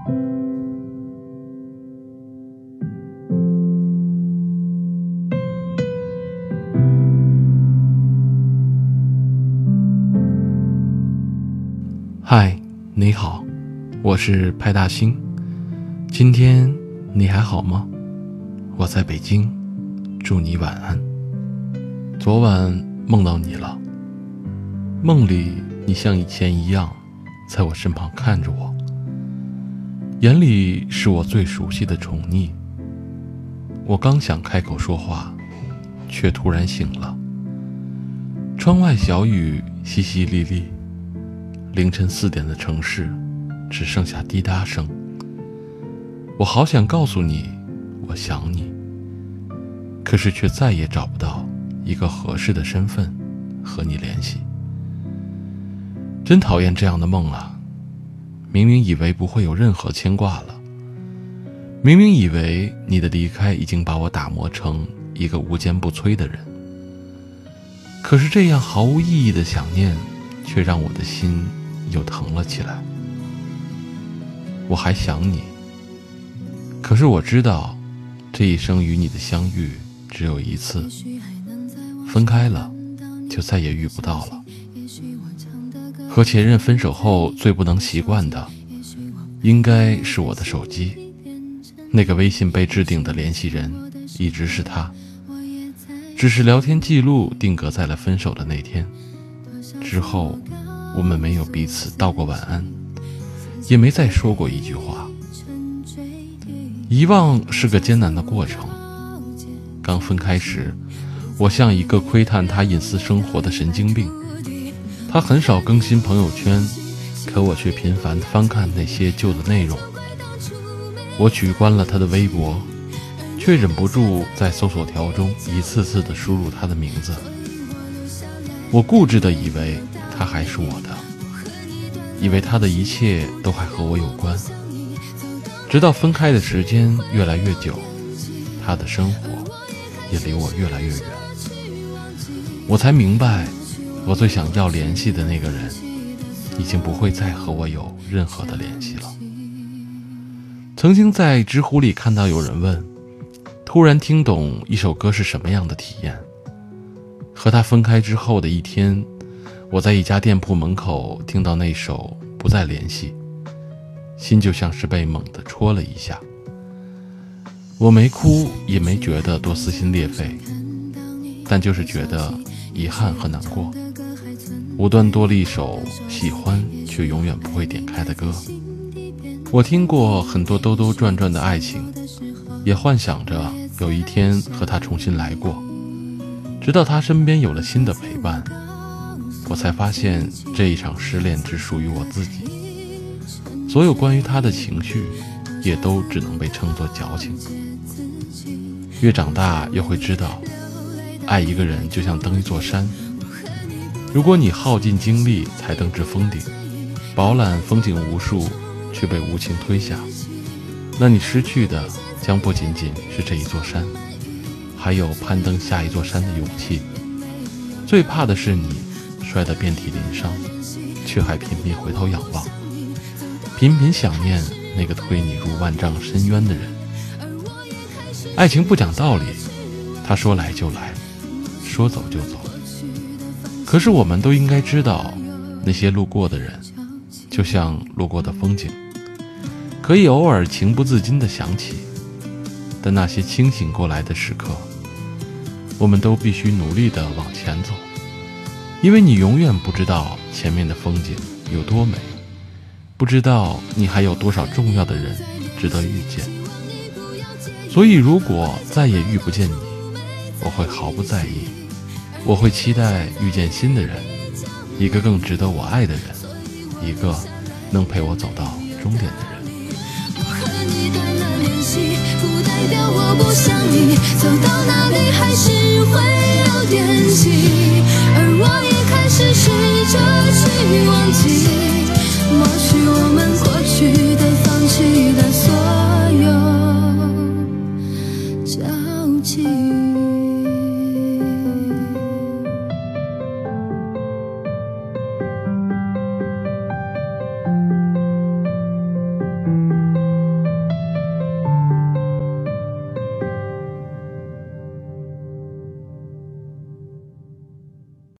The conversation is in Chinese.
嗨，你好，我是派大星。今天你还好吗？我在北京，祝你晚安。昨晚梦到你了，梦里你像以前一样在我身旁看着我，眼里是我最熟悉的宠溺。我刚想开口说话，却突然醒了。窗外小雨淅淅沥沥，凌晨4点的城市只剩下滴答声。我好想告诉你我想你，可是却再也找不到一个合适的身份和你联系。真讨厌这样的梦啊，明明以为不会有任何牵挂了，明明以为你的离开已经把我打磨成一个无坚不摧的人，可是这样毫无意义的想念却让我的心又疼了起来。我还想你，可是我知道这一生与你的相遇只有一次，分开了就再也遇不到了。和前任分手后最不能习惯的应该是我的手机，那个微信被置顶的联系人一直是他，只是聊天记录定格在了分手的那天。之后我们没有彼此道过晚安，也没再说过一句话。遗忘是个艰难的过程。刚分开时，我像一个窥探他隐私生活的神经病。他很少更新朋友圈，可我却频繁翻看那些旧的内容。我取关了他的微博，却忍不住在搜索条中一次次地输入他的名字。我固执地以为他还是我的，以为他的一切都还和我有关。直到分开的时间越来越久，他的生活也离我越来越远，我才明白，我最想要联系的那个人已经不会再和我有任何的联系了。曾经在知乎里看到有人问，突然听懂一首歌是什么样的体验。和他分开之后的一天，我在一家店铺门口听到那首《不再联系》，心就像是被猛地戳了一下。我没哭，也没觉得多撕心裂肺，但就是觉得遗憾和难过。无端多了一首喜欢却永远不会点开的歌。我听过很多兜兜转转的爱情，也幻想着有一天和他重新来过，直到他身边有了新的陪伴，我才发现这一场失恋只属于我自己。所有关于他的情绪也都只能被称作矫情。越长大越会知道，爱一个人就像登一座山，如果你耗尽精力才登至峰顶，饱览风景无数，却被无情推下，那你失去的将不仅仅是这一座山，还有攀登下一座山的勇气。最怕的是你摔得遍体鳞伤，却还频频回头仰望，频频想念那个推你入万丈深渊的人。爱情不讲道理，他说来就来，说走就走。可是我们都应该知道，那些路过的人就像路过的风景，可以偶尔情不自禁地想起，但那些清醒过来的时刻，我们都必须努力地往前走，因为你永远不知道前面的风景有多美，不知道你还有多少重要的人值得遇见。所以如果再也遇不见你，我会毫不在意，我会期待遇见新的人，一个更值得我爱的人，一个能陪我走到终点的人。 我和你断了联系，不代表我不想你，走到哪里还是会有点气，而我一开始试着去忘记，抹去我们过去的放弃的所有